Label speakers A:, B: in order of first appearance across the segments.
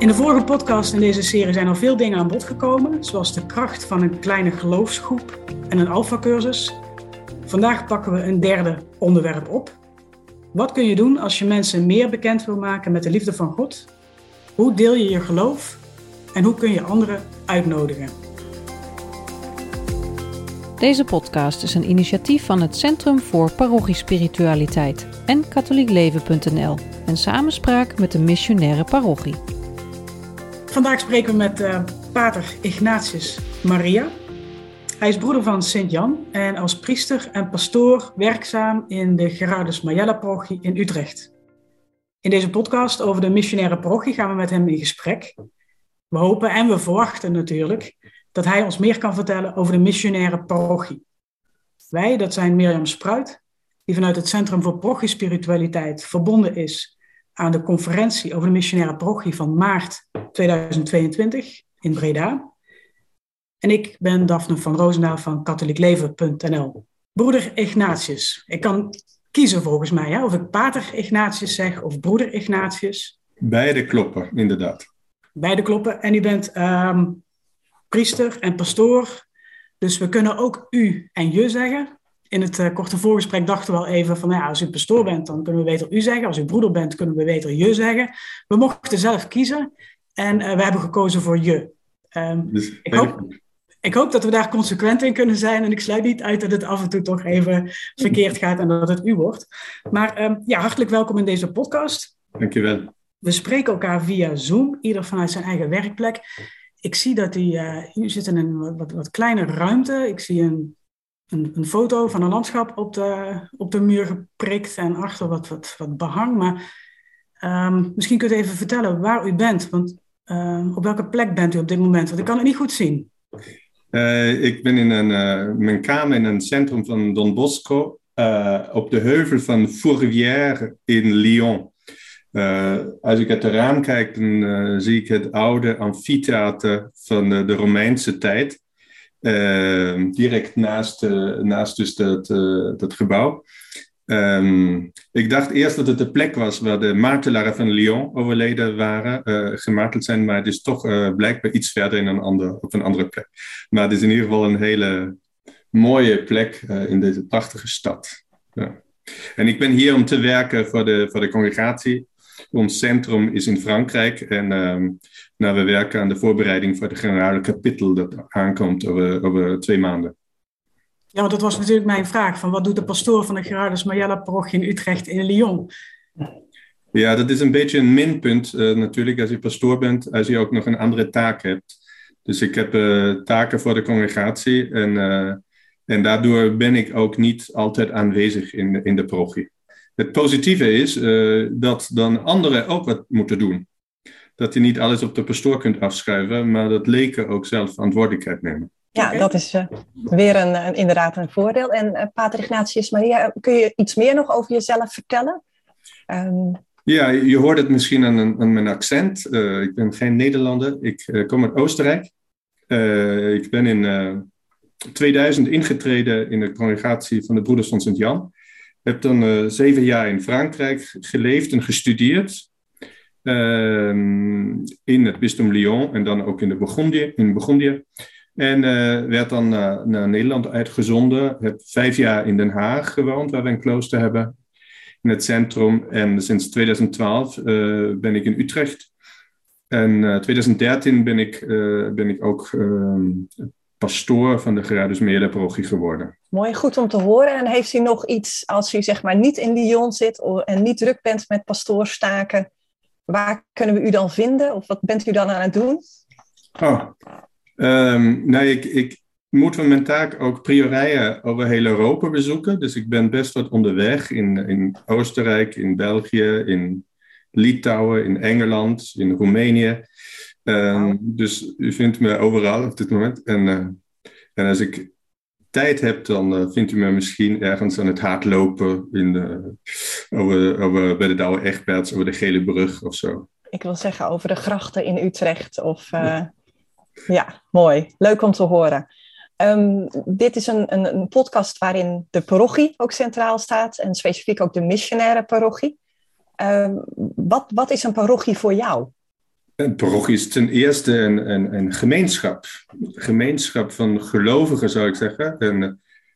A: In de vorige podcast in deze serie zijn al veel dingen aan bod gekomen, zoals de kracht van een kleine geloofsgroep en een alfacursus. Vandaag pakken we een derde onderwerp op. Wat kun je doen als je mensen meer bekend wil maken met de liefde van God? Hoe deel je je geloof? En hoe kun je anderen uitnodigen?
B: Deze podcast is een initiatief van het Centrum voor Parochiespiritualiteit en katholiekleven.nl in samenspraak met de missionaire parochie.
A: Vandaag spreken we met pater Ignatius Maria. Hij is broeder van Sint-Jan en als priester en pastoor werkzaam in de Gerardus Majella parochie in Utrecht. In deze podcast over de missionaire parochie gaan we met hem in gesprek. We hopen en we verwachten natuurlijk dat hij ons meer kan vertellen over de missionaire parochie. Wij, dat zijn Mirjam Spruit, die vanuit het Centrum voor Parochiespiritualiteit verbonden is aan de conferentie over de missionaire parochie van maart 2022 in Breda. En ik ben Daphne van Roosendaal van katholiekleven.nl. Broeder Ignatius. Ik kan kiezen volgens mij, of ik pater Ignatius zeg of broeder Ignatius.
C: Beide kloppen, inderdaad.
A: Beide kloppen. En u bent priester en pastoor. Dus we kunnen ook u en je zeggen. In het korte voorgesprek dachten we al even van, als u pastoor bent, dan kunnen we beter u zeggen. Als u broeder bent, kunnen we beter je zeggen. We mochten zelf kiezen en we hebben gekozen voor je. Ik hoop dat we daar consequent in kunnen zijn. En ik sluit niet uit dat het af en toe toch even verkeerd gaat en dat het u wordt. Maar hartelijk welkom in deze podcast.
C: Dankjewel.
A: We spreken elkaar via Zoom, ieder vanuit zijn eigen werkplek. Ik zie dat u zit in een wat kleine ruimte. Ik zie een foto van een landschap op de muur geprikt en achter wat behang. Maar misschien kunt u even vertellen waar u bent. Want op welke plek bent u op dit moment? Want ik kan het niet goed zien.
C: Ik ben in mijn kamer in een centrum van Don Bosco op de heuvel van Fourvière in Lyon. Als ik uit het raam kijk, dan zie ik het oude amfitheater van de Romeinse tijd. Direct naast dus dat gebouw. Ik dacht eerst dat het de plek was waar de martelaren van Lyon overleden waren, gemarteld zijn, maar het is toch blijkbaar iets verder op een andere plek. Maar het is in ieder geval een hele mooie plek in deze prachtige stad. Ja. En ik ben hier om te werken voor de congregatie. Ons centrum is in Frankrijk en we werken aan de voorbereiding voor de generale kapittel dat aankomt over 2 maanden.
A: Ja, want dat was natuurlijk mijn vraag. Van wat doet de pastoor van de Gerardus Majella parochie in Utrecht in Lyon?
C: Ja, dat is een beetje een minpunt natuurlijk als je pastoor bent, als je ook nog een andere taak hebt. Dus ik heb taken voor de congregatie en daardoor ben ik ook niet altijd aanwezig in de parochie. Het positieve is dat dan anderen ook wat moeten doen. Dat je niet alles op de pastoor kunt afschuiven, maar dat leken ook zelf verantwoordelijkheid nemen.
D: Ja, okay. Dat is weer inderdaad een voordeel. En pater Ignatius Maria, kun je iets meer nog over jezelf vertellen?
C: Ja, je hoort het misschien aan mijn accent. Ik ben geen Nederlander. Ik kom uit Oostenrijk. Ik ben in 2000 ingetreden in de congregatie van de Broeders van Sint-Jan. Ik heb dan 7 jaar in Frankrijk geleefd en gestudeerd. In het bisdom Lyon en dan ook in Bourgondië. En werd dan naar Nederland uitgezonden. Heb 5 jaar in Den Haag gewoond, waar we een klooster hebben. In het centrum. En sinds 2012 ben ik in Utrecht. En 2013 ben ik ook pastoor van de Gerardus Majella parochie geworden.
D: Mooi, goed om te horen. En heeft u nog iets, als u zeg maar niet in Lyon zit en niet druk bent met pastoorstaken, waar kunnen we u dan vinden? Of wat bent u dan aan het doen?
C: Ik moet van mijn taak ook priorieën over heel Europa bezoeken. Dus ik ben best wat onderweg in Oostenrijk, in België, in Litouwen, in Engeland, in Roemenië. Dus u vindt me overal op dit moment. En als ik tijd heb, dan vindt u me misschien ergens aan het hardlopen bij de Douwe Egberts, over de Gele Brug of zo.
D: Ik wil zeggen over de grachten in Utrecht. Ja, mooi. Leuk om te horen. Dit is een podcast waarin de parochie ook centraal staat en specifiek ook de missionaire parochie. Wat is een parochie voor jou?
C: Een parochie is ten eerste een gemeenschap. Een gemeenschap van gelovigen, zou ik zeggen. En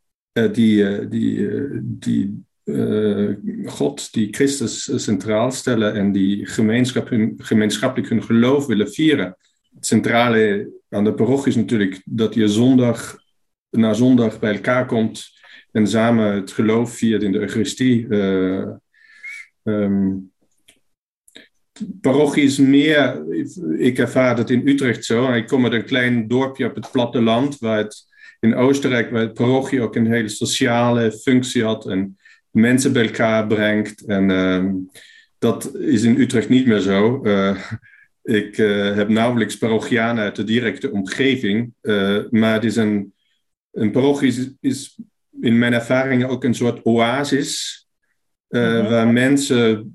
C: die God, die Christus centraal stellen en die gemeenschappelijk hun geloof willen vieren. Het centrale aan de parochie is natuurlijk dat je zondag na zondag bij elkaar komt en samen het geloof viert in de Eucharistie. Parochie is meer, ik ervaar het in Utrecht zo. Ik kom uit een klein dorpje op het platteland, in Oostenrijk, waar het parochie ook een hele sociale functie had en mensen bij elkaar brengt. En dat is in Utrecht niet meer zo. Ik heb nauwelijks parochianen uit de directe omgeving, maar het is een parochie is in mijn ervaring ook een soort oasis, waar mensen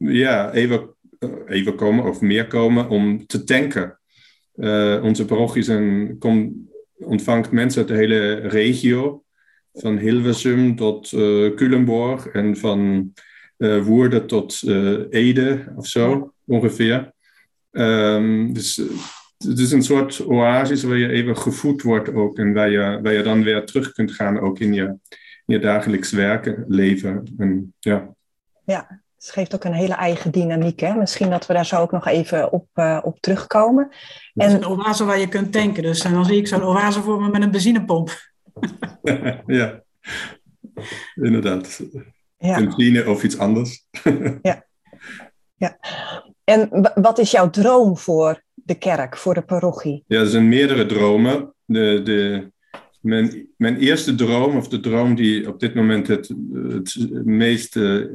C: even komen of meer komen om te tanken. Onze parochie ontvangt mensen uit de hele regio, van Hilversum tot Culemborg en van Woerden tot Ede of zo ongeveer. Dus het is een soort oasis waar je even gevoed wordt ook en waar je dan weer terug kunt gaan ook in je dagelijks werken, leven. En, ja,
D: het geeft ook een hele eigen dynamiek. Hè? Misschien dat we daar zo ook nog even op terugkomen.
A: Het is een oase waar je kunt tanken. Dus dan zie ik zo'n oase voor me met een benzinepomp.
C: Ja, inderdaad.
D: Ja.
C: Benzine of iets anders.
D: Ja. En wat is jouw droom voor de kerk, voor de parochie?
C: Ja, er zijn meerdere dromen. Mijn eerste droom, of de droom die op dit moment het meeste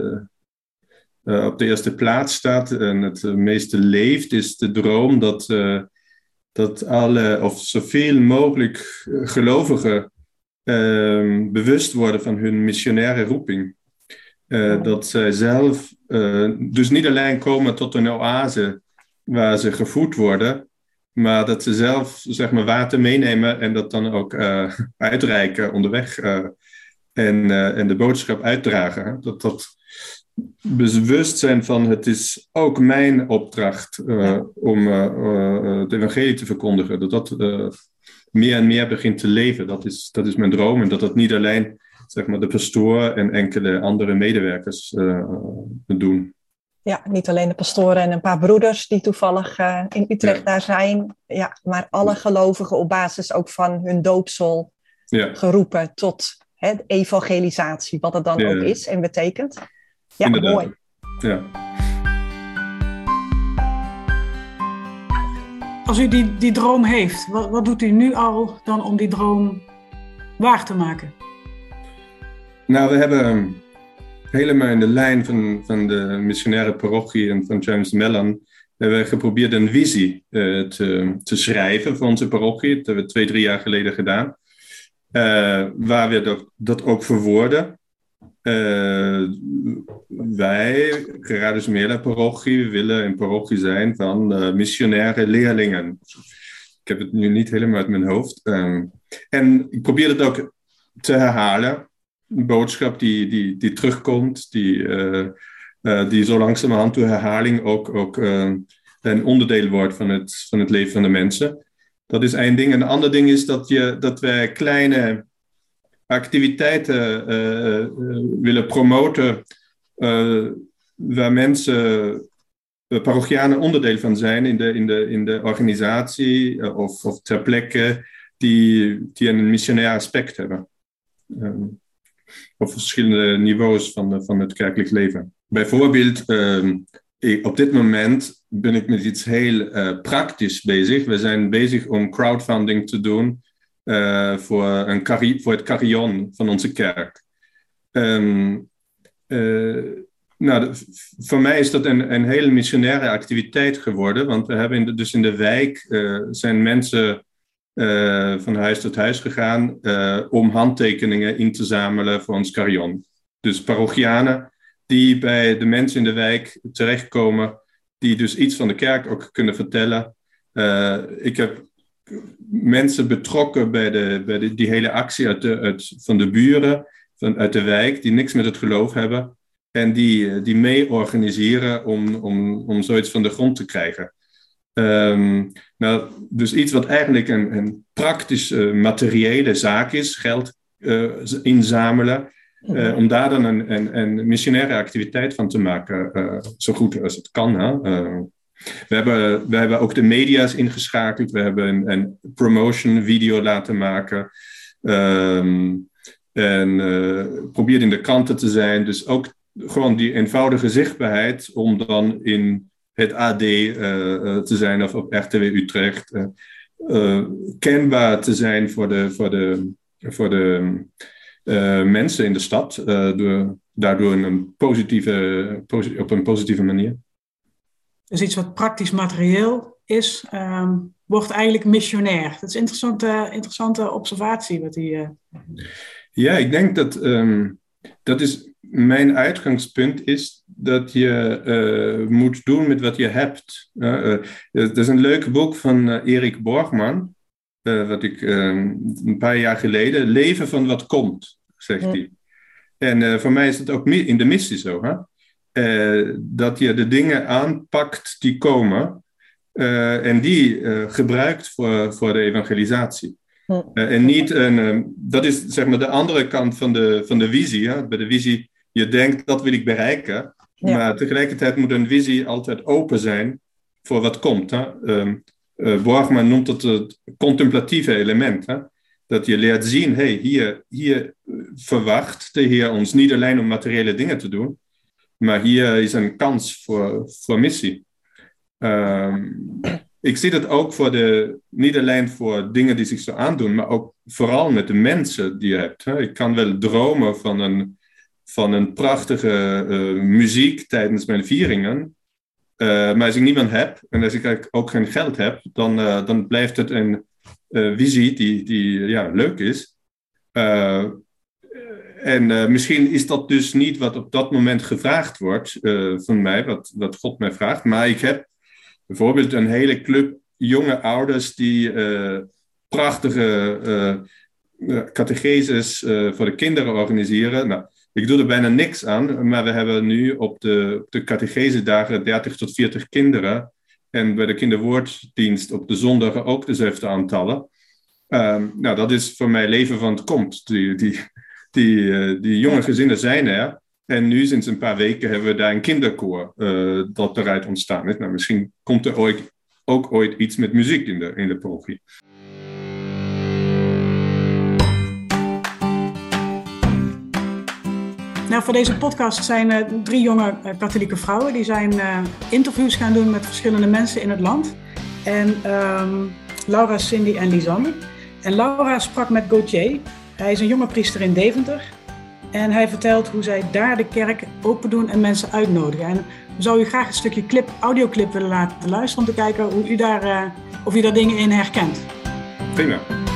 C: op de eerste plaats staat en het meeste leeft, is de droom dat alle, of zoveel mogelijk gelovigen bewust worden van hun missionaire roeping. Dat zij zelf dus niet alleen komen tot een oase waar ze gevoed worden, maar dat ze zelf zeg maar water meenemen en dat dan ook uitreiken onderweg en de boodschap uitdragen. Dat bewustzijn van het is ook mijn opdracht om het evangelie te verkondigen. Dat meer en meer begint te leven. Dat is mijn droom en dat niet alleen zeg maar, de pastoor en enkele andere medewerkers doen.
D: Ja, niet alleen de pastoren en een paar broeders die toevallig in Utrecht daar zijn. Ja, maar alle gelovigen op basis ook van hun doopsel geroepen tot evangelisatie, wat het dan ook is en betekent. Ja, inderdaad. Mooi.
C: Ja.
A: Als u die droom heeft, wat doet u nu al dan om die droom waar te maken?
C: Nou, we hebben helemaal in de lijn van de missionaire parochie en van James Mellon hebben we geprobeerd een visie te schrijven voor onze parochie. Dat hebben we 2-3 jaar geleden gedaan. Waar we dat ook verwoorden. Wij, Gerardus Meerla parochie, willen een parochie zijn van missionaire leerlingen. Ik heb het nu niet helemaal uit mijn hoofd. En ik probeer het ook te herhalen. Een boodschap die terugkomt, die zo langzamerhand door herhaling ook een onderdeel wordt van het leven van de mensen. Dat is één ding. En een ander ding is dat wij kleine activiteiten willen promoten waar mensen, parochianen onderdeel van zijn in de organisatie of ter plekke die een missionair aspect hebben. Op verschillende niveaus van het kerkelijk leven. Bijvoorbeeld, op dit moment ben ik met iets heel praktisch bezig. We zijn bezig om crowdfunding te doen voor het carillon van onze kerk. Voor mij is dat een hele missionaire activiteit geworden, want we hebben dus in de wijk zijn mensen van huis tot huis gegaan om handtekeningen in te zamelen voor ons carillon. Dus parochianen die bij de mensen in de wijk terechtkomen, die dus iets van de kerk ook kunnen vertellen. Ik heb mensen betrokken bij die hele actie van de buren, uit de wijk, die niks met het geloof hebben. En die mee organiseren om zoiets van de grond te krijgen. Dus iets wat eigenlijk een praktische materiële zaak is, geld inzamelen, om daar dan een missionaire activiteit van te maken, zo goed als het kan. Hè? We hebben ook de media's ingeschakeld, we hebben een promotion video laten maken en probeert in de kranten te zijn. Dus ook gewoon die eenvoudige zichtbaarheid om dan in het AD te zijn of op RTW Utrecht. Kenbaar te zijn voor de mensen in de stad. Daardoor op een positieve manier.
A: Dus iets wat praktisch materieel is, wordt eigenlijk missionair. Dat is een interessante observatie. Wat die,
C: Ja, ik denk dat is mijn uitgangspunt is dat je moet doen met wat je hebt. Er is een leuk boek van Erik Borgman, wat ik een paar jaar geleden, Leven van wat komt, zegt hij. En voor mij is het ook in de missie zo, hè? Dat je de dingen aanpakt die komen en die gebruikt voor de evangelisatie. En niet dat is zeg maar de andere kant van de visie. Hè? Bij de visie, je denkt dat wil ik bereiken, maar tegelijkertijd moet een visie altijd open zijn voor wat komt. Hè? Borgman noemt het contemplatieve element. Hè? Dat je leert zien, hey, hier verwacht de Heer ons niet alleen om materiële dingen te doen, maar hier is een kans voor missie. Ik zie dat ook niet alleen voor dingen die zich zo aandoen, maar ook vooral met de mensen die je hebt. Hè. Ik kan wel dromen van een prachtige muziek tijdens mijn vieringen. Maar als ik niemand heb en als ik ook geen geld heb, dan blijft het een visie die leuk is. En misschien is dat dus niet wat op dat moment gevraagd wordt van mij, wat God mij vraagt. Maar ik heb bijvoorbeeld een hele club jonge ouders die prachtige catecheses voor de kinderen organiseren. Nou, ik doe er bijna niks aan, maar we hebben nu op de catechesedagen 30 tot 40 kinderen. En bij de kinderwoorddienst op de zondagen ook dezelfde aantallen. Nou, dat is voor mij leven van het komt. Die jonge gezinnen zijn er. En nu, sinds een paar weken, hebben we daar een kinderkoor dat eruit ontstaan is. Nou, misschien komt er ooit iets met muziek in de parochie.
A: Nou, voor deze podcast zijn 3 jonge katholieke vrouwen. Die zijn interviews gaan doen met verschillende mensen in het land. En Laura, Cindy en Lisanne. En Laura sprak met Gauthier. Hij is een jonge priester in Deventer. En hij vertelt hoe zij daar de kerk open doen en mensen uitnodigen. En we zouden u graag een stukje audioclip willen laten luisteren om te kijken hoe of u daar dingen in herkent.
C: Prima.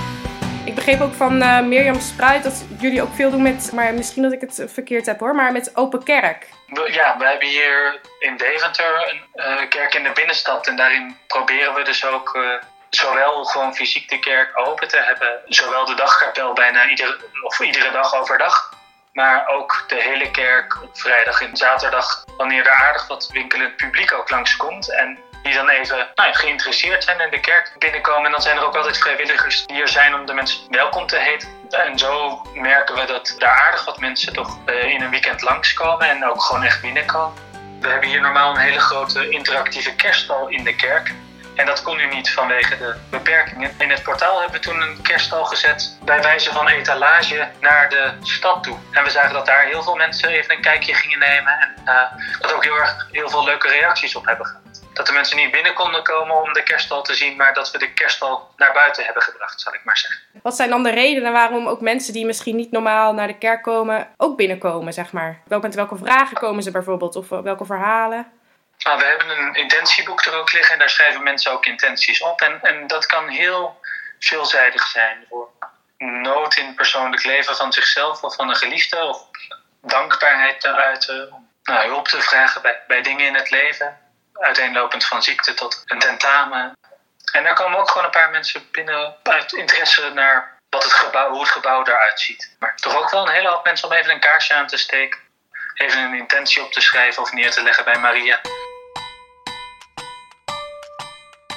E: Ik begreep ook van Mirjam Spruit dat jullie ook veel doen met, maar misschien dat ik het verkeerd heb hoor, maar met open kerk.
F: Ja, we hebben hier in Deventer een kerk in de binnenstad en daarin proberen we dus ook zowel gewoon fysiek de kerk open te hebben, zowel de dagkapel bijna iedere dag overdag, maar ook de hele kerk op vrijdag en zaterdag, wanneer er aardig wat winkelend publiek ook langskomt en die dan even geïnteresseerd zijn in de kerk binnenkomen. En dan zijn er ook altijd vrijwilligers die er zijn om de mensen welkom te heten. En zo merken we dat daar aardig wat mensen toch in een weekend langskomen en ook gewoon echt binnenkomen. We hebben hier normaal een hele grote interactieve kerststal in de kerk. En dat kon nu niet vanwege de beperkingen. In het portaal hebben we toen een kerststal gezet bij wijze van etalage naar de stad toe. En we zagen dat daar heel veel mensen even een kijkje gingen nemen. En dat ook heel veel leuke reacties op hebben gehad. Dat de mensen niet binnen konden komen om de kerststal te zien, maar dat we de kerststal naar buiten hebben gebracht, zal ik maar zeggen.
E: Wat zijn dan de redenen waarom ook mensen die misschien niet normaal naar de kerk komen, ook binnenkomen, zeg maar? Met welke vragen komen ze bijvoorbeeld, of welke verhalen?
F: Nou, we hebben een intentieboek er ook liggen en daar schrijven mensen ook intenties op. En dat kan heel veelzijdig zijn voor nood in het persoonlijk leven van zichzelf of van een geliefde, of dankbaarheid te uiten, hulp te vragen bij dingen in het leven. Uiteenlopend van ziekte tot een tentamen. En daar komen ook gewoon een paar mensen binnen uit interesse naar hoe het gebouw eruit ziet. Maar toch ook wel een hele hoop mensen om even een kaarsje aan te steken. Even een intentie op te schrijven of neer te leggen bij Maria.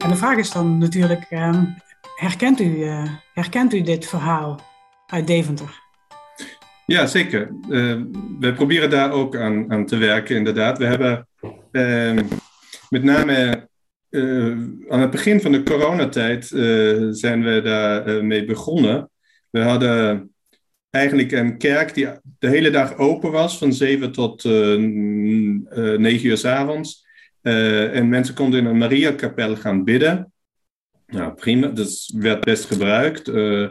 A: En de vraag is dan natuurlijk, herkent u dit verhaal uit Deventer?
C: Ja, zeker. We proberen daar ook aan te werken, inderdaad. We hebben met name aan het begin van de coronatijd zijn we daar mee begonnen. We hadden eigenlijk een kerk die de hele dag open was, van 7 tot 9 uur 's avonds. En mensen konden in een Mariakapel gaan bidden. Nou, prima, dat werd best gebruikt.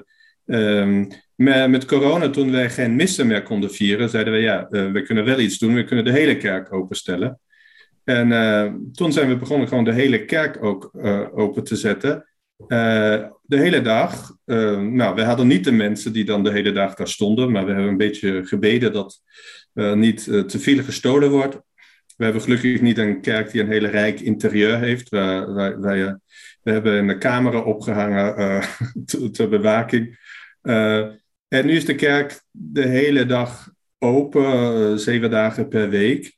C: Maar met corona, toen wij geen missen meer konden vieren, zeiden we we kunnen wel iets doen. We kunnen de hele kerk openstellen. En toen zijn we begonnen gewoon de hele kerk ook open te zetten. De hele dag. We hadden niet de mensen die dan de hele dag daar stonden, maar we hebben een beetje gebeden dat niet te veel gestolen wordt. We hebben gelukkig niet een kerk die een hele rijk interieur heeft. We hebben een camera opgehangen ter bewaking. En nu is de kerk de hele dag open, 7 dagen per week.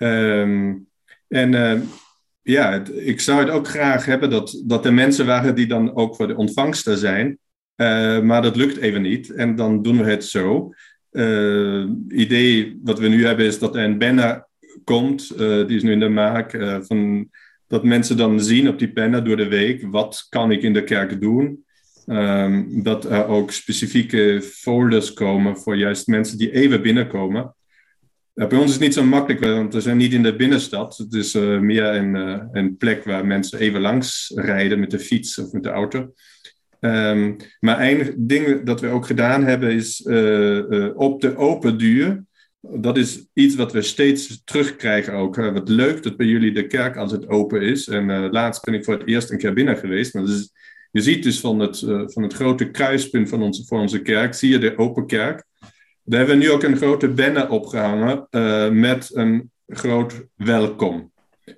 C: Ik zou het ook graag hebben dat er mensen waren die dan ook voor de ontvangsten zijn. Maar dat lukt even niet. En dan doen we het zo. Idee wat we nu hebben is dat er een banner komt. Die is nu in de maak. Dat mensen dan zien op die banner door de week. Wat kan ik in de kerk doen? Dat er ook specifieke folders komen voor juist mensen die even binnenkomen. Bij ons is het niet zo makkelijk, want we zijn niet in de binnenstad. Het is meer een plek waar mensen even langs rijden met de fiets of met de auto. Maar een ding dat we ook gedaan hebben is op de open deur. Dat is iets wat we steeds terugkrijgen ook. Wat leuk dat bij jullie de kerk altijd open is. En laatst ben ik voor het eerst een keer binnen geweest. Maar je ziet dus van het grote kruispunt voor onze kerk, zie je de open kerk. Daar hebben we nu ook een grote banner opgehangen met een groot welkom.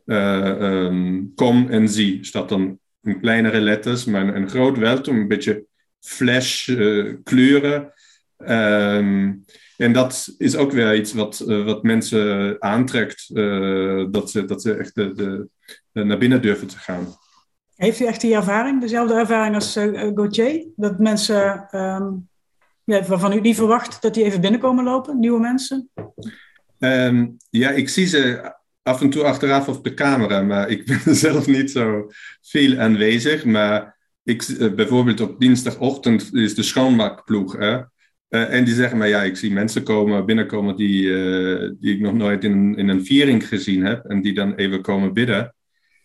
C: Kom en zie, staat dan in kleinere letters, maar een groot welkom, een beetje flash kleuren. En dat is ook weer iets wat mensen aantrekt, dat ze echt naar binnen durven te gaan.
A: Heeft u echt die ervaring, dezelfde ervaring als Gauthier? Dat mensen, waarvan u niet verwacht dat die even binnenkomen lopen, nieuwe mensen?
C: Ik zie ze af en toe achteraf op de camera, maar ik ben zelf niet zo veel aanwezig. Maar bijvoorbeeld op dinsdagochtend is de schoonmaakploeg. En die zeggen, maar ik zie mensen binnenkomen die ik nog nooit in een viering gezien heb. En die dan even komen bidden.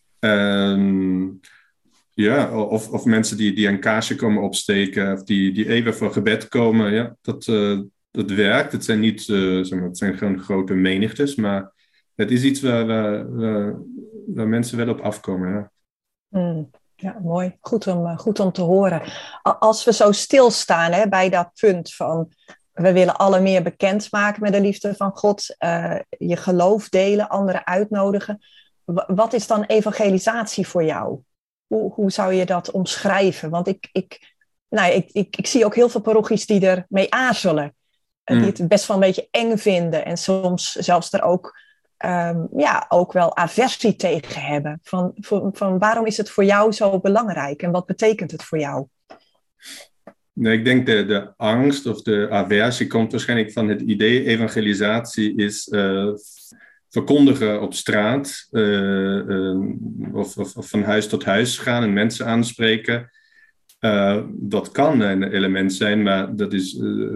C: Of mensen die een kaarsje komen opsteken. Of die even voor gebed komen. Ja, dat werkt. Het zijn niet het zijn gewoon grote menigtes. Maar het is iets waar mensen wel op afkomen. Ja.
D: Ja, mooi. Goed om te horen. Als we zo stilstaan bij dat punt van we willen alle meer bekendmaken met de liefde van God, je geloof delen, anderen uitnodigen. Wat is dan evangelisatie voor jou? Hoe zou je dat omschrijven? Want ik zie ook heel veel parochies die ermee aarzelen. Die het best wel een beetje eng vinden en soms zelfs er ook wel aversie tegen hebben. Van waarom is het voor jou zo belangrijk en wat betekent het voor jou?
C: Nee, ik denk de angst of de aversie komt waarschijnlijk van het idee evangelisatie is verkondigen op straat of van huis tot huis gaan en mensen aanspreken. Dat kan een element zijn, maar dat is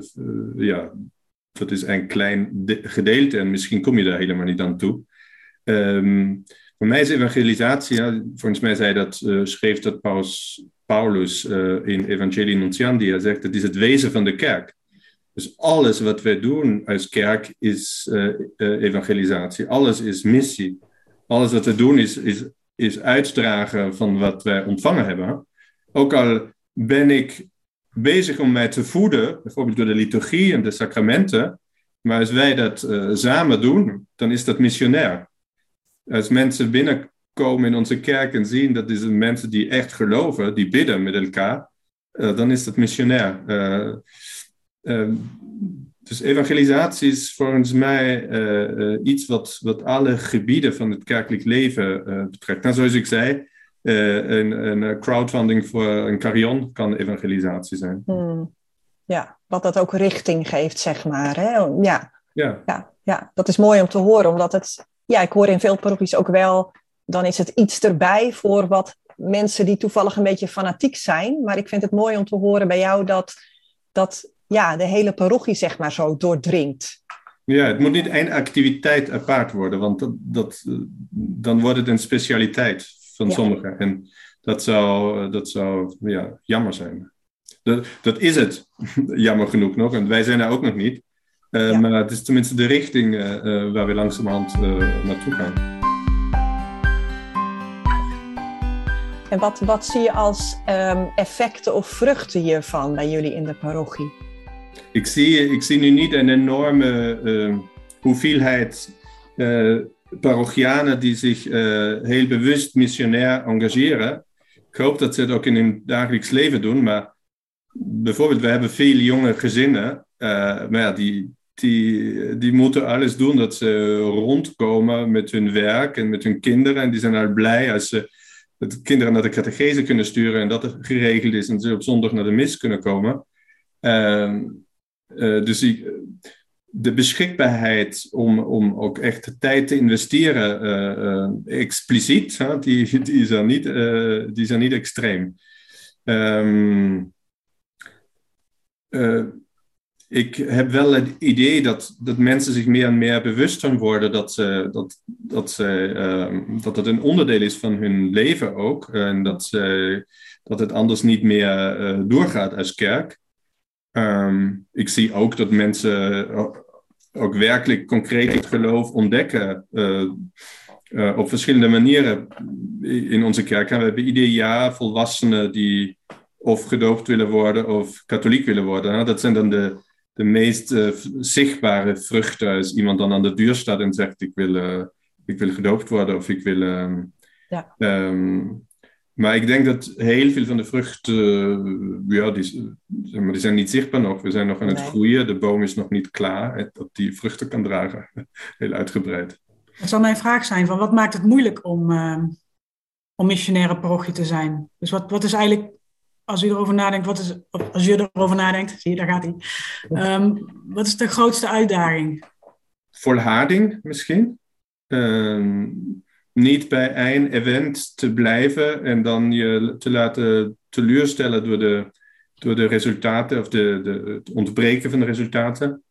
C: een klein gedeelte en misschien kom je daar helemaal niet aan toe. Voor mij is evangelisatie, volgens mij schreef dat Paulus in Evangelii Nuntiandi. Hij zegt, het is het wezen van de kerk. Dus alles wat wij doen als kerk is evangelisatie. Alles is missie. Alles wat we doen is uitdragen van wat wij ontvangen hebben. Ook al ben ik bezig om mij te voeden, bijvoorbeeld door de liturgie en de sacramenten. Maar als wij dat samen doen, dan is dat missionair. Als mensen binnenkomen in onze kerk en zien dat deze mensen die echt geloven, die bidden met elkaar, dan is dat missionair. Dus evangelisatie is volgens mij iets wat alle gebieden van het kerkelijk leven betrekt. Nou, zoals ik zei, een crowdfunding voor een carillon kan evangelisatie zijn.
D: Ja, wat dat ook richting geeft, zeg maar. Hè?
C: Ja.
D: Ja, dat is mooi om te horen, omdat het... Ja, ik hoor in veel parochies ook wel... Dan is het iets erbij voor wat mensen die toevallig een beetje fanatiek zijn. Maar ik vind het mooi om te horen bij jou dat de hele parochie, zeg maar, zo doordringt.
C: Ja, het moet niet één activiteit apart worden, want dan wordt het een specialiteit van sommigen. En dat zou jammer zijn. Dat is het, jammer genoeg nog. En wij zijn daar ook nog niet. Maar het is tenminste de richting waar we langzamerhand naartoe gaan.
D: En wat zie je als effecten of vruchten hiervan bij jullie in de parochie?
C: Ik zie nu niet een enorme hoeveelheid parochianen die zich heel bewust missionair engageren. Ik hoop dat ze het ook in hun dagelijks leven doen, maar bijvoorbeeld, we hebben veel jonge gezinnen, maar ja, die moeten alles doen dat ze rondkomen met hun werk en met hun kinderen. En die zijn al blij als ze de kinderen naar de catechese kunnen sturen en dat er geregeld is en ze op zondag naar de mis kunnen komen. Dus de beschikbaarheid om ook echt tijd te investeren, expliciet, die is er niet extreem. Ik heb wel het idee dat mensen zich meer en meer bewust van worden dat het een onderdeel is van hun leven ook. En dat het anders niet meer doorgaat als kerk. Ik zie ook dat mensen ook werkelijk concreet het geloof ontdekken op verschillende manieren in onze kerk. En we hebben ieder jaar volwassenen die of gedoopt willen worden of katholiek willen worden. Dat zijn dan de meest zichtbare vruchten als iemand dan aan de deur staat en zegt ik wil gedoopt worden of ik wil... maar ik denk dat heel veel van de vruchten, die zijn niet zichtbaar nog. We zijn nog aan het groeien. De boom is nog niet klaar dat die vruchten kan dragen. Heel uitgebreid.
A: Dat zal mijn vraag zijn, van wat maakt het moeilijk om missionaire parochie te zijn? Dus wat is eigenlijk, als u erover nadenkt, zie je, daar gaat hij. Wat is de grootste uitdaging? Volharding
C: misschien. Niet bij één event te blijven en dan je te laten teleurstellen door de resultaten of het ontbreken van de resultaten.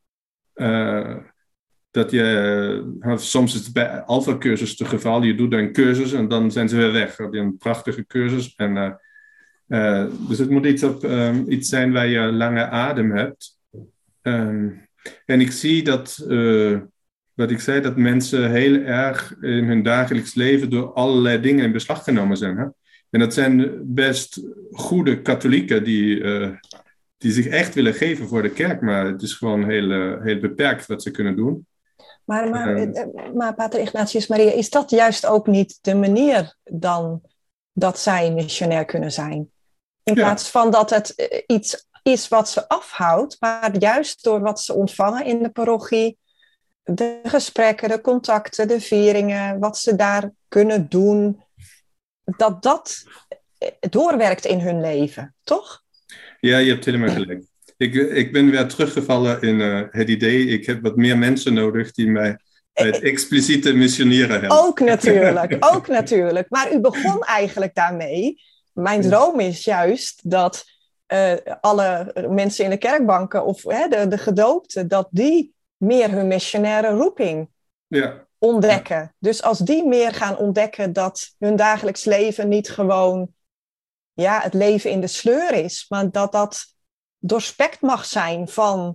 C: Dat soms is het bij Alpha-cursus het geval, je doet een cursus en dan zijn ze weer weg. Je een prachtige cursus. Dus het moet iets zijn waar je lange adem hebt. En ik zie dat... wat ik zei, dat mensen heel erg in hun dagelijks leven door allerlei dingen in beslag genomen zijn. Hè? En dat zijn best goede katholieken die zich echt willen geven voor de kerk, maar het is gewoon heel beperkt wat ze kunnen doen.
D: Maar Pater Ignatius Maria, is dat juist ook niet de manier dan dat zij missionair kunnen zijn? In plaats van dat het iets is wat ze afhoudt, maar juist door wat ze ontvangen in de parochie, de gesprekken, de contacten, de vieringen, wat ze daar kunnen doen, dat doorwerkt in hun leven, toch?
C: Ja, je hebt helemaal gelijk. Ik ben weer teruggevallen in het idee, ik heb wat meer mensen nodig die mij bij het expliciete missioneren helpen.
D: Ook natuurlijk. Maar u begon eigenlijk daarmee. Mijn droom is juist dat alle mensen in de kerkbanken of de gedoopten, dat die meer hun missionaire roeping ontdekken. Ja. Dus als die meer gaan ontdekken dat hun dagelijks leven niet gewoon het leven in de sleur is, maar dat doorspekt mag zijn van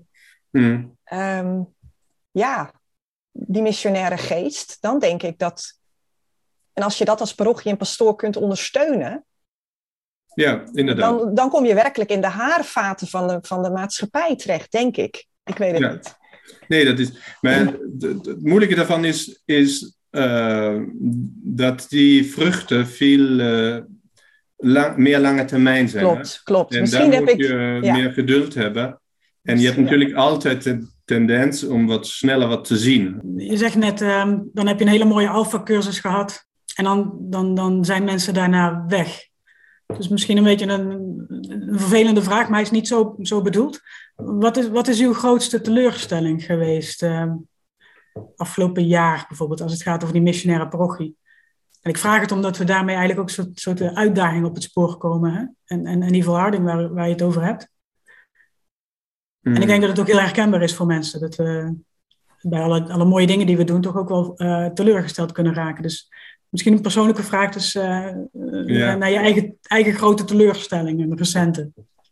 D: die missionaire geest, dan denk ik dat... En als je dat als parochie en pastoor kunt ondersteunen,
C: ja, inderdaad.
D: Dan kom je werkelijk in de haarvaten van de maatschappij terecht, denk ik. Ik weet het niet.
C: Nee, dat is... Maar het moeilijke daarvan is dat die vruchten veel meer lange termijn zijn.
D: Klopt.
C: En misschien daar moet je meer geduld hebben. En je hebt natuurlijk altijd de tendens om wat sneller wat te zien.
A: Je zegt net, dan heb je een hele mooie Alpha-cursus gehad. En dan zijn mensen daarna weg. Dus misschien een beetje een vervelende vraag, maar hij is niet zo bedoeld. Wat is uw grootste teleurstelling geweest afgelopen jaar bijvoorbeeld, als het gaat over die missionaire parochie? En ik vraag het omdat we daarmee eigenlijk ook een soort uitdaging op het spoor komen. Hè? En die volharding waar je het over hebt. En ik denk dat het ook heel herkenbaar is voor mensen. Dat we bij alle mooie dingen die we doen toch ook wel teleurgesteld kunnen raken. Dus misschien een persoonlijke vraag dus, naar je eigen grote teleurstelling, een recente.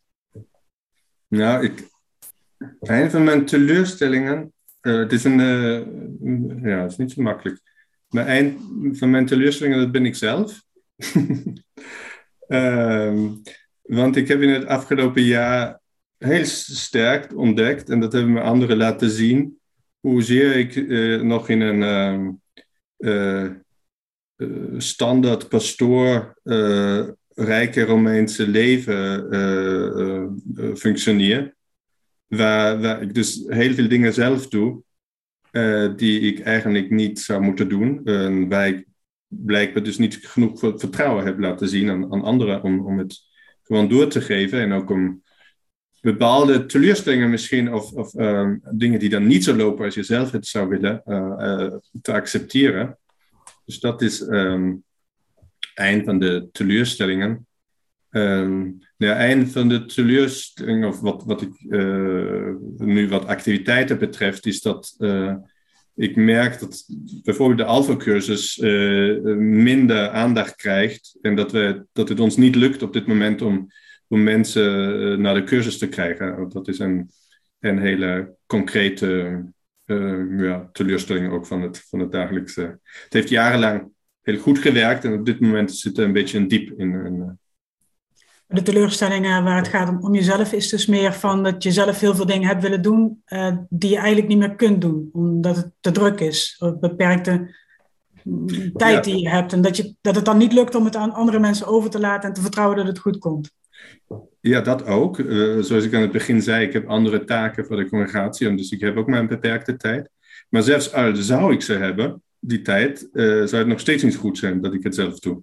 C: Nou, een van mijn teleurstellingen, het is niet zo makkelijk. Maar een van mijn teleurstellingen, dat ben ik zelf. Want ik heb in het afgelopen jaar heel sterk ontdekt, en dat hebben me anderen laten zien, hoezeer ik nog in een standaard pastoor rijke Romeinse leven functioneer. Waar ik dus heel veel dingen zelf doe, die ik eigenlijk niet zou moeten doen. Waar ik blijkbaar dus niet genoeg vertrouwen heb laten zien aan anderen om het gewoon door te geven. En ook om bepaalde teleurstellingen misschien of dingen die dan niet zo lopen als je zelf het zou willen, te accepteren. Dus dat is een van de teleurstellingen. Een van de teleurstellingen, of wat ik nu wat activiteiten betreft, is dat ik merk dat bijvoorbeeld de Alpha-cursus minder aandacht krijgt en dat het ons niet lukt op dit moment om mensen naar de cursus te krijgen. Dat is een hele concrete teleurstelling ook van het dagelijkse. Het heeft jarenlang heel goed gewerkt en op dit moment zit er een beetje een diep in.
A: De teleurstellingen waar het gaat om jezelf is dus meer van dat je zelf heel veel dingen hebt willen doen die je eigenlijk niet meer kunt doen, omdat het te druk is, of beperkte tijd die je hebt en dat het dan niet lukt om het aan andere mensen over te laten en te vertrouwen dat het goed komt.
C: Ja, dat ook. Zoals ik aan het begin zei, ik heb andere taken voor de congregatie, dus ik heb ook maar een beperkte tijd. Maar zelfs al zou ik ze hebben, die tijd, zou het nog steeds niet goed zijn dat ik het zelf doe.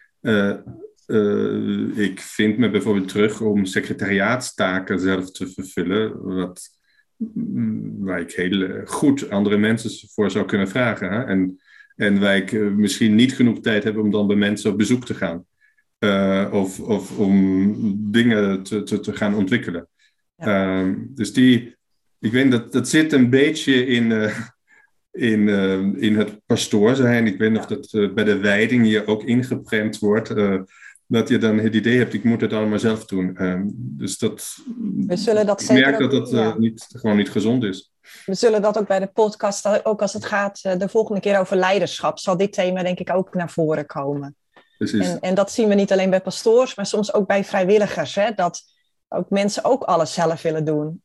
C: Ik vind me bijvoorbeeld terug om secretariaatstaken zelf te vervullen, waar ik heel goed andere mensen voor zou kunnen vragen. Hè? En waar ik misschien niet genoeg tijd heb om dan bij mensen op bezoek te gaan. Of om dingen te gaan ontwikkelen. Ja. Dus ik weet dat zit een beetje in het pastoor zijn. Ik weet niet of dat bij de wijding hier ook ingeprent wordt. Dat je dan het idee hebt, ik moet het allemaal zelf doen. Dus
D: we zullen dat
C: ik merk dat gewoon niet gezond is.
D: We zullen dat ook bij de podcast, ook als het gaat de volgende keer over leiderschap, zal dit thema denk ik ook naar voren komen. En dat zien we niet alleen bij pastoors, maar soms ook bij vrijwilligers. Hè? Dat ook mensen ook alles zelf willen doen.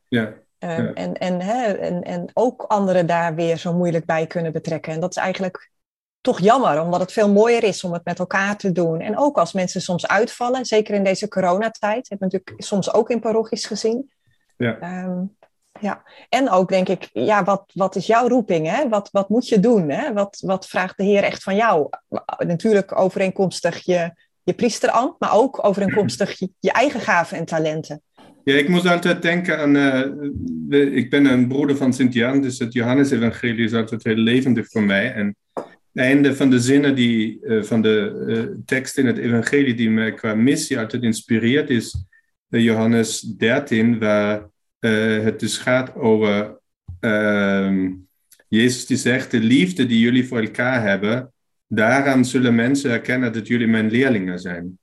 D: En ook anderen daar weer zo moeilijk bij kunnen betrekken. En dat is eigenlijk toch jammer, omdat het veel mooier is om het met elkaar te doen. En ook als mensen soms uitvallen, zeker in deze coronatijd. Hebben we natuurlijk soms ook in parochies gezien. Ja. En ook denk ik, wat is jouw roeping? Hè? Wat moet je doen? Hè? Wat vraagt de Heer echt van jou? Natuurlijk overeenkomstig je priesterambt, maar ook overeenkomstig je eigen gaven en talenten.
C: Ja, ik moest altijd denken aan, ik ben een broeder van Sint-Jan, dus het Johannes-evangelie is altijd heel levendig voor mij. En het einde van de zinnen van de tekst in het evangelie die mij qua missie altijd inspireert is Johannes 13, waar het dus gaat over Jezus die zegt, de liefde die jullie voor elkaar hebben, daaraan zullen mensen herkennen dat jullie mijn leerlingen zijn.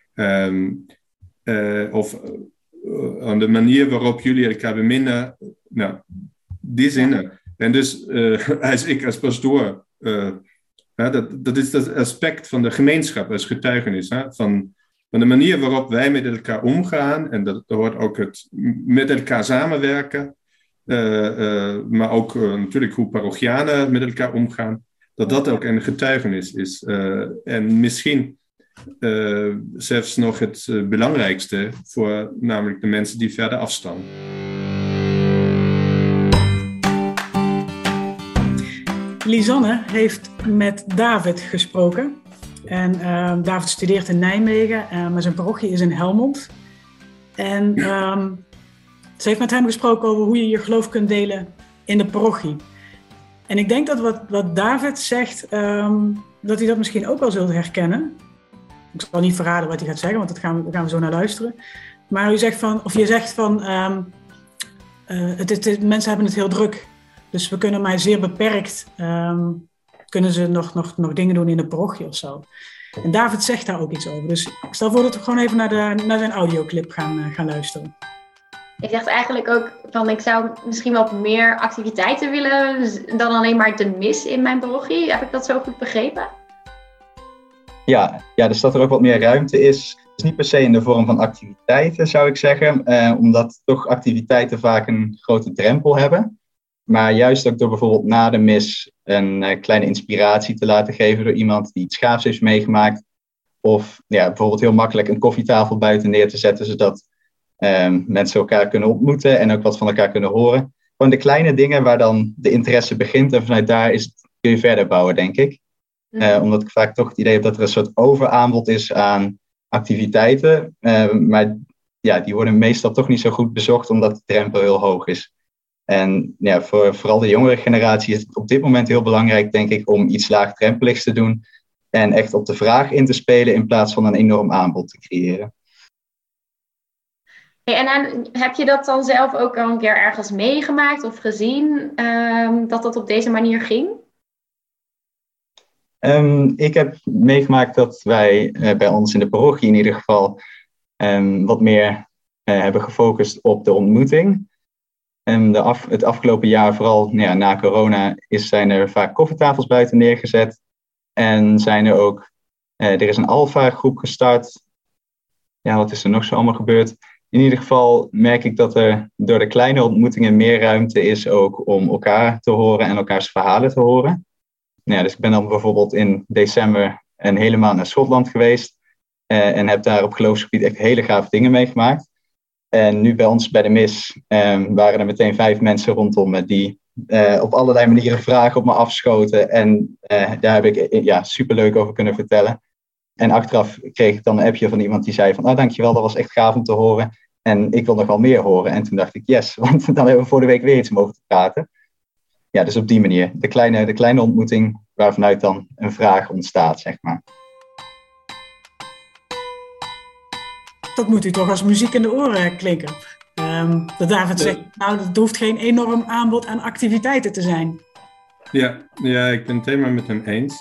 C: Of aan de manier waarop jullie elkaar beminnen, nou, die zinnen. En dus als pastoor, dat is dat aspect van de gemeenschap als getuigenis, van de manier waarop wij met elkaar omgaan, en dat hoort ook het met elkaar samenwerken, maar ook natuurlijk hoe parochianen met elkaar omgaan, dat ook een getuigenis is. En misschien zelfs nog het belangrijkste voor namelijk de mensen die verder afstaan.
A: Lisanne heeft met David gesproken. En David studeert in Nijmegen, maar zijn parochie is in Helmond. En ze heeft met hem gesproken over hoe je je geloof kunt delen in de parochie. En ik denk dat wat David zegt, dat hij dat misschien ook wel zult herkennen. Ik zal niet verraden wat hij gaat zeggen, want daar gaan we zo naar luisteren. Maar je zegt van, mensen hebben het heel druk. Dus we kunnen maar zeer beperkt, kunnen ze nog dingen doen in de parochie of zo. En David zegt daar ook iets over. Dus ik stel voor dat we gewoon even naar zijn audioclip gaan luisteren.
G: Ik dacht eigenlijk ook van, ik zou misschien wel meer activiteiten willen dan alleen maar de mis in mijn parochie. Heb ik dat zo goed begrepen?
H: Ja, dus dat er ook wat meer ruimte is. Het is niet per se in de vorm van activiteiten, zou ik zeggen. Omdat toch activiteiten vaak een grote drempel hebben. Maar juist ook door bijvoorbeeld na de mis een kleine inspiratie te laten geven door iemand die iets gaafs heeft meegemaakt. Of bijvoorbeeld heel makkelijk een koffietafel buiten neer te zetten, zodat mensen elkaar kunnen ontmoeten en ook wat van elkaar kunnen horen. Gewoon de kleine dingen waar dan de interesse begint en vanuit daar kun je verder bouwen, denk ik. Omdat ik vaak toch het idee heb dat er een soort overaanbod is aan activiteiten. Maar die worden meestal toch niet zo goed bezocht omdat de drempel heel hoog is. En voor vooral de jongere generatie is het op dit moment heel belangrijk, denk ik, om iets laagdrempeligs te doen. En echt op de vraag in te spelen in plaats van een enorm aanbod te creëren.
G: Hey, en dan, heb je dat dan zelf ook al een keer ergens meegemaakt of gezien, dat op deze manier ging? Ik heb meegemaakt dat wij bij ons in de parochie in ieder geval wat meer hebben gefocust op de ontmoeting. Het afgelopen jaar, vooral na corona, zijn er vaak koffietafels buiten neergezet. En zijn er ook, er is een alpha-groep gestart. Ja, wat is er nog zo allemaal gebeurd? In ieder geval merk ik dat er door de kleine ontmoetingen meer ruimte is ook om elkaar te horen en elkaars verhalen te horen. Dus ik ben dan bijvoorbeeld in december een hele maand naar Schotland geweest. En heb daar op geloofsgebied echt hele gave dingen meegemaakt. En nu bij ons bij de mis waren er meteen 5 mensen rondom me die op allerlei manieren vragen op me afschoten. En daar heb ik superleuk over kunnen vertellen. En achteraf kreeg ik dan een appje van iemand die zei van, dankjewel, dat was echt gaaf om te horen. En ik wil nog wel meer horen. En toen dacht ik, yes, want dan hebben we voor de week weer iets om over te praten. Ja, dus op die manier. De kleine ontmoeting waarvanuit dan een vraag ontstaat, zeg maar.
A: Dat moet u toch als muziek in de oren klinken. Dat David zegt, dat hoeft geen enorm aanbod aan activiteiten te zijn.
C: Ja, ik ben het helemaal met hem eens.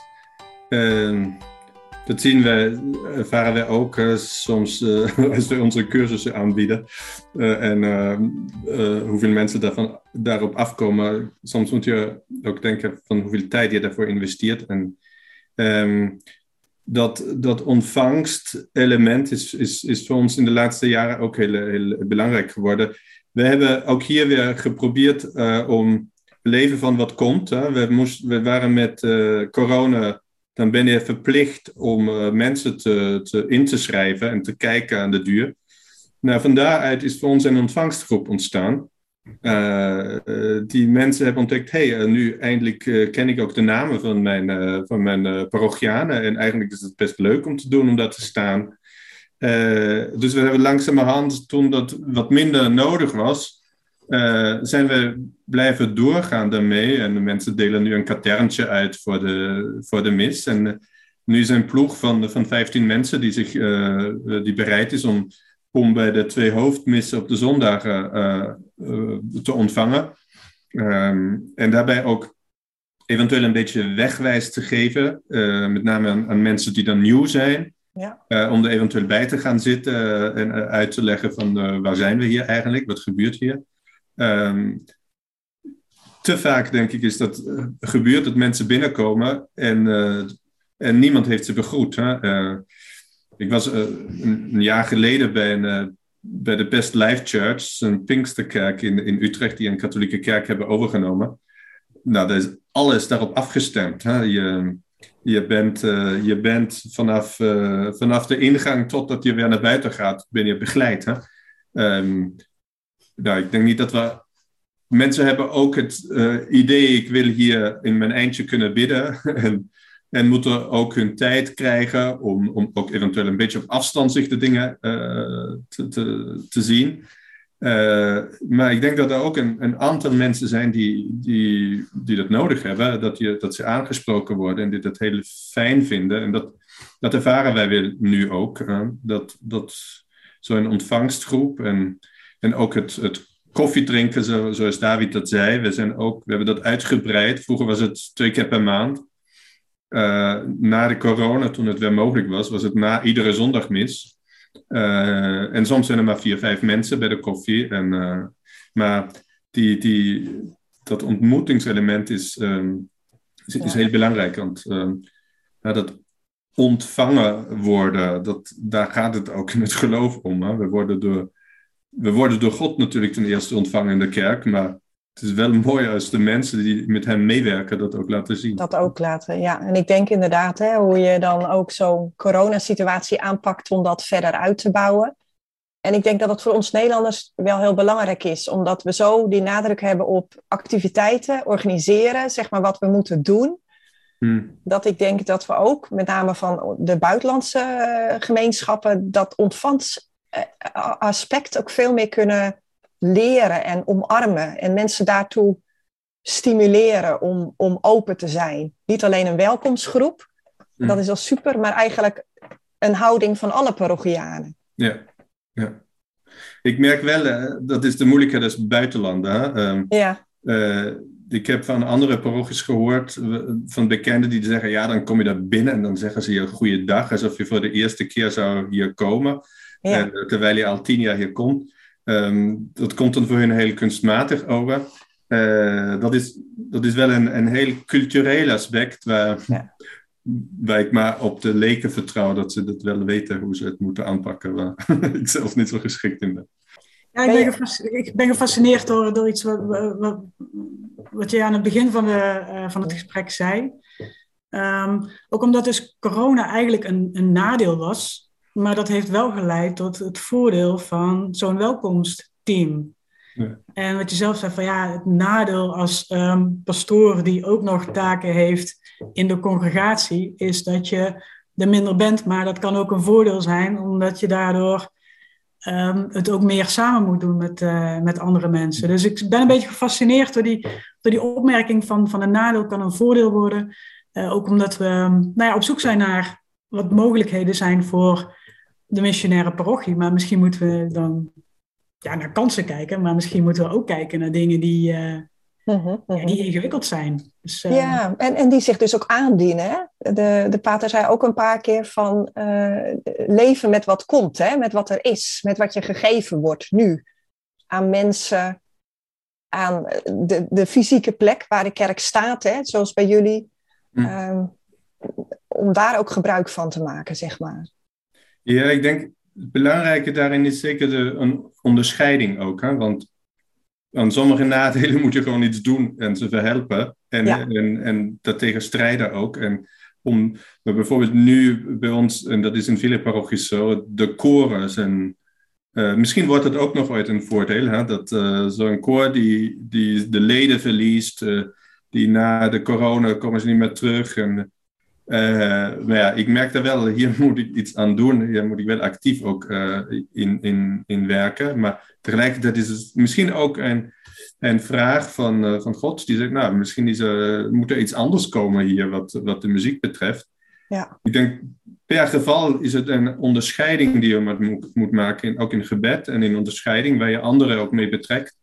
C: Dat ervaren wij ook soms als we onze cursussen aanbieden. Hoeveel mensen daarop afkomen. Soms moet je ook denken van hoeveel tijd je daarvoor investeert. En dat ontvangstelement is voor ons in de laatste jaren ook heel belangrijk geworden. We hebben ook hier weer geprobeerd om leven van wat komt. Hè. We waren met corona. Dan ben je verplicht om mensen in te schrijven en te kijken aan de duur. Van daaruit is voor ons een ontvangstgroep ontstaan. Die mensen hebben ontdekt, nu eindelijk ken ik ook de namen van mijn parochianen. En eigenlijk is het best leuk om te doen, om dat te staan. Dus we hebben langzamerhand, toen dat wat minder nodig was, zijn we blijven doorgaan daarmee. En de mensen delen nu een katerntje uit voor de mis. En nu is een ploeg van 15 mensen die bereid is om bij de 2 hoofdmissen op de zondagen te ontvangen. En daarbij ook eventueel een beetje wegwijs te geven. Met name aan mensen die dan nieuw zijn. Ja. Om er eventueel bij te gaan zitten en uit te leggen van waar zijn we hier eigenlijk? Wat gebeurt hier? Te vaak, denk ik, is dat gebeurt dat mensen binnenkomen en niemand heeft ze begroet. Hè? Ik was een jaar geleden bij de Best Life Church, een Pinksterkerk in Utrecht, die een katholieke kerk hebben overgenomen. Nou, daar is alles daarop afgestemd. Hè? Je bent vanaf de ingang totdat je weer naar buiten gaat, ben je begeleid. Hè? Ik denk niet dat we mensen hebben ook het idee, ik wil hier in mijn eentje kunnen bidden. En moeten ook hun tijd krijgen om ook eventueel een beetje op afstand zich de dingen te zien. Maar ik denk dat er ook een aantal mensen zijn die dat nodig hebben. Dat ze aangesproken worden en die dat heel fijn vinden. En dat ervaren wij weer nu ook. Dat zo'n ontvangstgroep en ook het koffiedrinken, zoals David dat zei. We hebben dat uitgebreid. Vroeger was het 2 keer per maand. Na de corona, toen het weer mogelijk was het na iedere zondagmis. En soms zijn er maar 4, 5 mensen bij de koffie. Maar dat ontmoetingselement is heel belangrijk. Want dat ontvangen worden, daar gaat het ook in het geloof om. Hè? We worden door God natuurlijk ten eerste ontvangen in de kerk, maar het is wel mooi als de mensen die met hem meewerken dat ook laten zien.
D: Dat ook laten, ja. En ik denk inderdaad hoe je dan ook zo'n coronasituatie aanpakt om dat verder uit te bouwen. En ik denk dat het voor ons Nederlanders wel heel belangrijk is, omdat we zo die nadruk hebben op activiteiten, organiseren, zeg maar wat we moeten doen. Dat ik denk dat we ook, met name van de buitenlandse gemeenschappen, dat ontvangsaspect ook veel meer kunnen leren en omarmen. En mensen daartoe stimuleren om open te zijn. Niet alleen een welkomstgroep, dat is al super, maar eigenlijk een houding van alle parochianen.
C: Ja. Ik merk wel, dat is de moeilijkheid als buitenlander. Ik heb van andere parochies gehoord, van bekenden die zeggen, ja, dan kom je daar binnen en dan zeggen ze je goeiedag, alsof je voor de eerste keer zou hier komen. Ja. Terwijl je al 10 jaar hier komt. Dat komt dan voor hun heel kunstmatig over. Dat is wel een heel cultureel aspect waar ik maar op de leken vertrouw dat ze dat wel weten hoe ze het moeten aanpakken, waar ik zelf niet zo geschikt in ben.
A: Ja, ik ben gefascineerd door iets wat je aan het begin van het gesprek zei. Ook omdat dus corona eigenlijk een nadeel was, maar dat heeft wel geleid tot het voordeel van zo'n welkomstteam. Ja. En wat je zelf zei van het nadeel als pastoor die ook nog taken heeft in de congregatie, is dat je er minder bent, maar dat kan ook een voordeel zijn, omdat je daardoor het ook meer samen moet doen met andere mensen. Dus ik ben een beetje gefascineerd door die opmerking van een nadeel kan een voordeel worden. Ook omdat we op zoek zijn naar wat mogelijkheden zijn voor de missionaire parochie. Maar misschien moeten we dan naar kansen kijken, maar misschien moeten we ook kijken naar dingen die ingewikkeld zijn. Dus,
D: en die zich dus ook aandienen. Hè? De pater zei ook een paar keer van leven met wat komt, hè? Met wat er is, met wat je gegeven wordt nu. Aan mensen, aan de fysieke plek waar de kerk staat, hè? Zoals bij jullie. Om daar ook gebruik van te maken, zeg maar.
C: Ja, ik denk het belangrijke daarin is zeker een onderscheiding ook. Hè? Want aan sommige nadelen moet je gewoon iets doen en ze verhelpen. En daartegen strijden ook. En maar bijvoorbeeld nu bij ons, en dat is in vele parochies zo, de koren zijn. Misschien wordt het ook nog ooit een voordeel. Hè? Dat zo'n koor die de leden verliest, die na de corona komen ze niet meer terug. Maar ik merk daar wel, hier moet ik iets aan doen. Hier moet ik wel actief ook in werken. Maar tegelijkertijd is het misschien ook een vraag van God. Die zegt, misschien moet er iets anders komen hier wat de muziek betreft. Ja. Ik denk, per geval is het een onderscheiding die je moet maken. Ook in gebed en in onderscheiding, waar je anderen ook mee betrekt.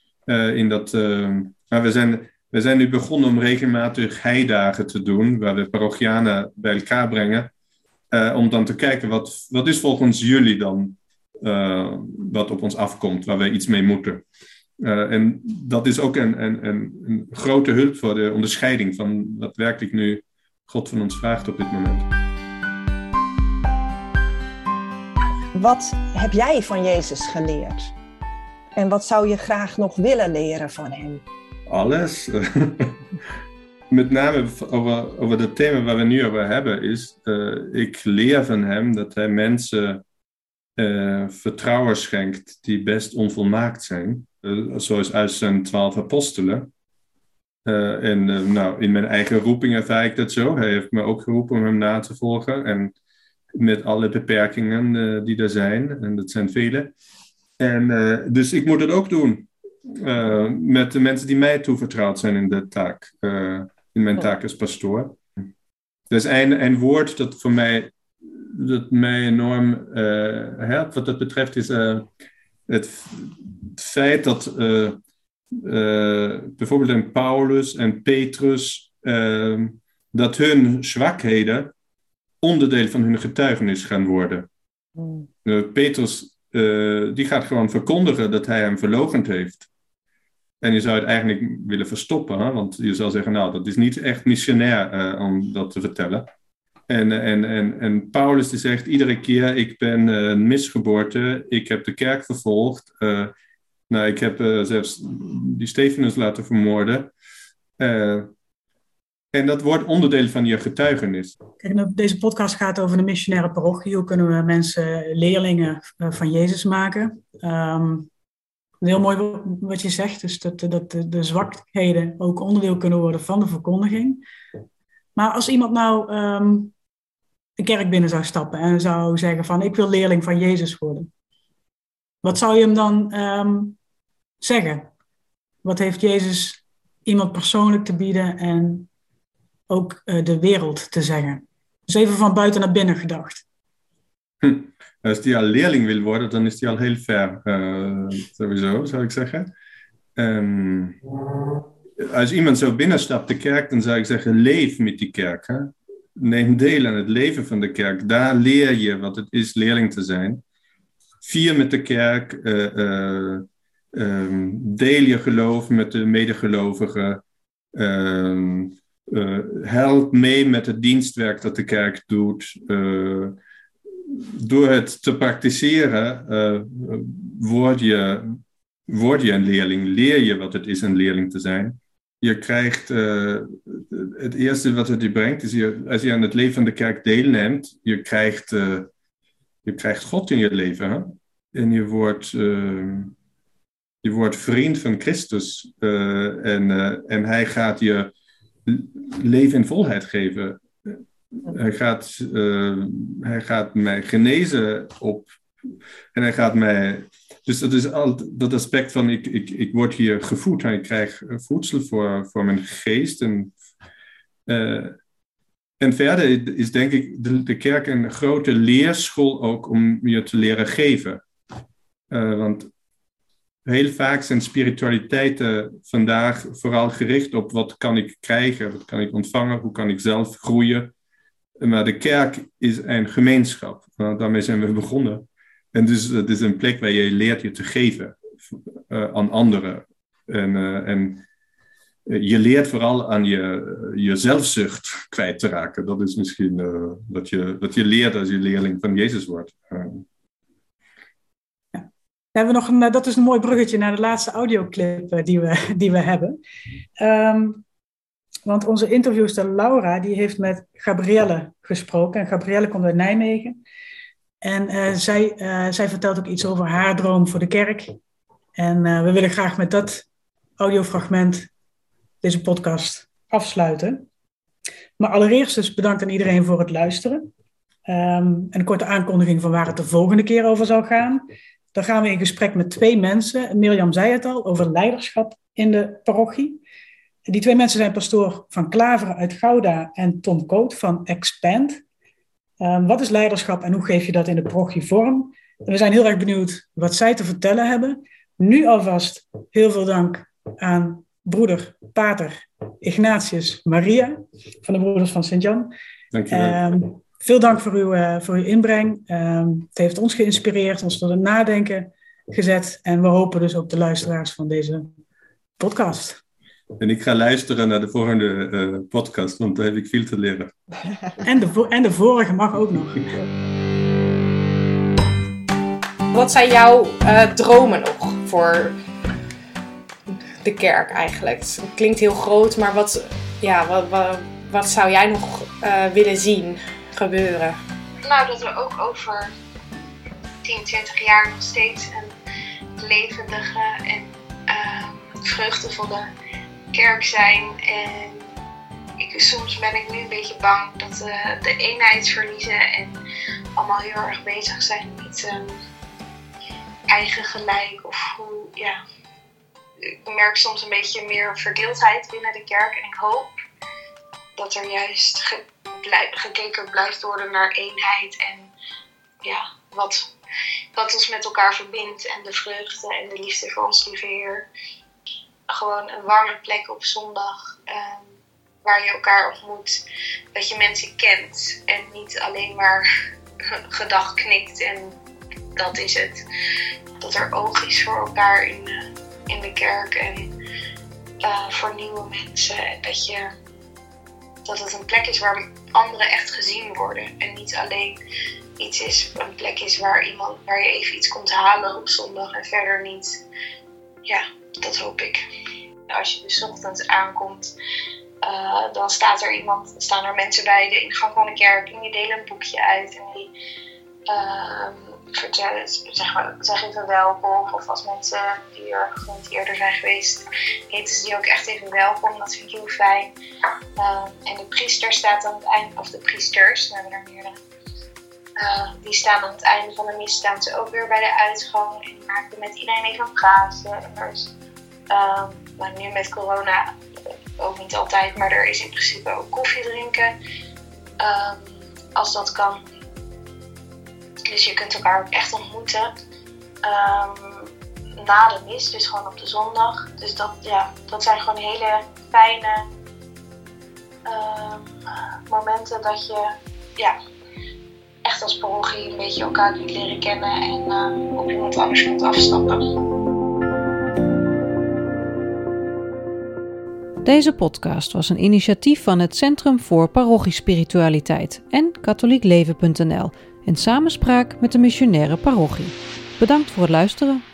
C: Maar we zijn nu begonnen om regelmatig heidagen te doen, waar we parochianen bij elkaar brengen, om dan te kijken, wat is volgens jullie dan wat op ons afkomt, waar wij iets mee moeten. En dat is ook een grote hulp voor de onderscheiding van wat werkelijk nu God van ons vraagt op dit moment.
D: Wat heb jij van Jezus geleerd? En wat zou je graag nog willen leren van hem?
C: Alles. Met name over het thema waar we nu over hebben is, ik leer van hem dat hij mensen vertrouwen schenkt die best onvolmaakt zijn. zoals uit zijn 12 apostelen. In mijn eigen roeping ervaar ik dat zo. Hij heeft me ook geroepen om hem na te volgen. En met alle beperkingen die er zijn. En dat zijn vele. Dus ik moet het ook doen. Met de mensen die mij toevertrouwd zijn in de taak. In mijn taak als pastoor. Er is een woord dat voor mij... dat mij enorm helpt wat dat betreft is het feit dat bijvoorbeeld in Paulus en Petrus dat hun zwakheden onderdeel van hun getuigenis gaan worden. Petrus die gaat gewoon verkondigen dat hij hem verloochend heeft. En je zou het eigenlijk willen verstoppen, hè? Want je zou zeggen, nou, dat is niet echt missionair om dat te vertellen. En Paulus die zegt iedere keer, ik ben een misgeboorte, ik heb de kerk vervolgd, ik heb zelfs die Stefanus laten vermoorden. En dat wordt onderdeel van je getuigenis.
A: Kijk, deze podcast gaat over de missionaire parochie. Hoe kunnen we mensen leerlingen van Jezus maken? Heel mooi wat je zegt, dus dat de zwakheden ook onderdeel kunnen worden van de verkondiging. Maar als iemand nou een kerk binnen zou stappen en zou zeggen van ik wil leerling van Jezus worden. Wat zou je hem dan zeggen? Wat heeft Jezus iemand persoonlijk te bieden en ook de wereld te zeggen? Dus even van buiten naar binnen gedacht.
C: Als die al leerling wil worden, dan is die al heel ver. Sowieso, zou ik zeggen. Als iemand zo binnenstapt de kerk, dan zou ik zeggen, leef met die kerk. Hè? Neem deel aan het leven van de kerk. Daar leer je wat het is leerling te zijn. Vier met de kerk. Deel je geloof met de medegelovigen. Help mee met het dienstwerk dat de kerk doet. Door het te praktiseren word je een leerling. Leer je wat het is een leerling te zijn. Je krijgt, het eerste wat het je brengt, is als je aan het leven van de kerk deelneemt, je krijgt God in je leven. Hè? En je wordt vriend van Christus. En hij gaat je leven in volheid geven. Hij gaat mij genezen op. En hij gaat mij... Dus dat is al dat aspect van ik word hier gevoed en ik krijg voedsel voor mijn geest. En verder is denk ik de kerk een grote leerschool ook om je te leren geven. Want heel vaak zijn spiritualiteiten vandaag vooral gericht op wat kan ik krijgen, wat kan ik ontvangen, hoe kan ik zelf groeien. Maar de kerk is een gemeenschap. Daarmee zijn we begonnen. En dus het is een plek waar je leert je te geven aan anderen. En je leert vooral aan je zelfzucht kwijt te raken. Dat is misschien wat je leert als je leerling van Jezus wordt.
A: Hebben we nog dat is een mooi bruggetje naar de laatste audioclip die we hebben. Want onze interviewster Laura die heeft met Gabrielle gesproken. En Gabrielle komt uit Nijmegen. En zij vertelt ook iets over haar droom voor de kerk. En we willen graag met dat audiofragment deze podcast afsluiten. Maar allereerst dus bedankt aan iedereen voor het luisteren. En een korte aankondiging van waar het de volgende keer over zal gaan. Dan gaan we in gesprek met 2 mensen. Mirjam zei het al, over leiderschap in de parochie. Die 2 mensen zijn pastoor Van Klaveren uit Gouda en Tom Koot van Expand. Wat is leiderschap en hoe geef je dat in de parochie vorm? En we zijn heel erg benieuwd wat zij te vertellen hebben. Nu alvast heel veel dank aan broeder, pater Ignatius Maria van de Broeders van Sint-Jan.
C: Dank je wel.
A: Veel dank voor uw inbreng. Het heeft ons geïnspireerd, ons tot het nadenken gezet. En we hopen dus ook de luisteraars van deze podcast.
C: En ik ga luisteren naar de volgende podcast, want daar heb ik veel te leren.
A: En de vorige mag ook nog.
E: Wat zijn jouw dromen nog voor de kerk eigenlijk? Het klinkt heel groot, maar wat zou jij nog willen zien gebeuren?
I: Nou, dat er ook over 10, 20 jaar nog steeds een levendige en vreugdevolle kerk zijn. En soms ben ik nu een beetje bang dat we de eenheid verliezen en allemaal heel erg bezig zijn met eigen gelijk. Of hoe, ja. Ik merk soms een beetje meer verdeeldheid binnen de kerk. En ik hoop dat er juist gekeken blijft worden naar eenheid. En ja, wat ons met elkaar verbindt. En de vreugde en de liefde voor ons lieve Heer. Gewoon een warme plek op zondag. Waar je elkaar ontmoet. Dat je mensen kent. En niet alleen maar gedag knikt en dat is het. Dat er oog is voor elkaar in de kerk. En voor nieuwe mensen. En dat het een plek is waar anderen echt gezien worden. En niet alleen een plek is waar je even iets komt halen op zondag en verder niet. Ja, dat hoop ik. Als je dus 's ochtends aankomt, dan staan er mensen bij de ingang van de kerk en die delen een boekje uit en die vertellen, zeggen even welkom. Of als mensen die er niet eerder zijn geweest, heten ze die ook echt even welkom. Dat vind ik heel fijn. En de priester staat aan het einde, of de priesters, we hebben er meerdere. Die staan aan het einde van de mis, staan ze ook weer bij de uitgang en die maken met iedereen even een praatje. En er is, maar nu met corona ook niet altijd, maar er is in principe ook koffie drinken, als dat kan. Dus je kunt elkaar ook echt ontmoeten na de mis, dus gewoon op de zondag. Dus dat zijn gewoon hele fijne momenten dat je echt als parochie een beetje elkaar kunt leren kennen en op iemand anders kunt afstappen.
B: Deze podcast was een initiatief van het Centrum voor Parochiespiritualiteit en katholiekleven.nl in samenspraak met de missionaire parochie. Bedankt voor het luisteren.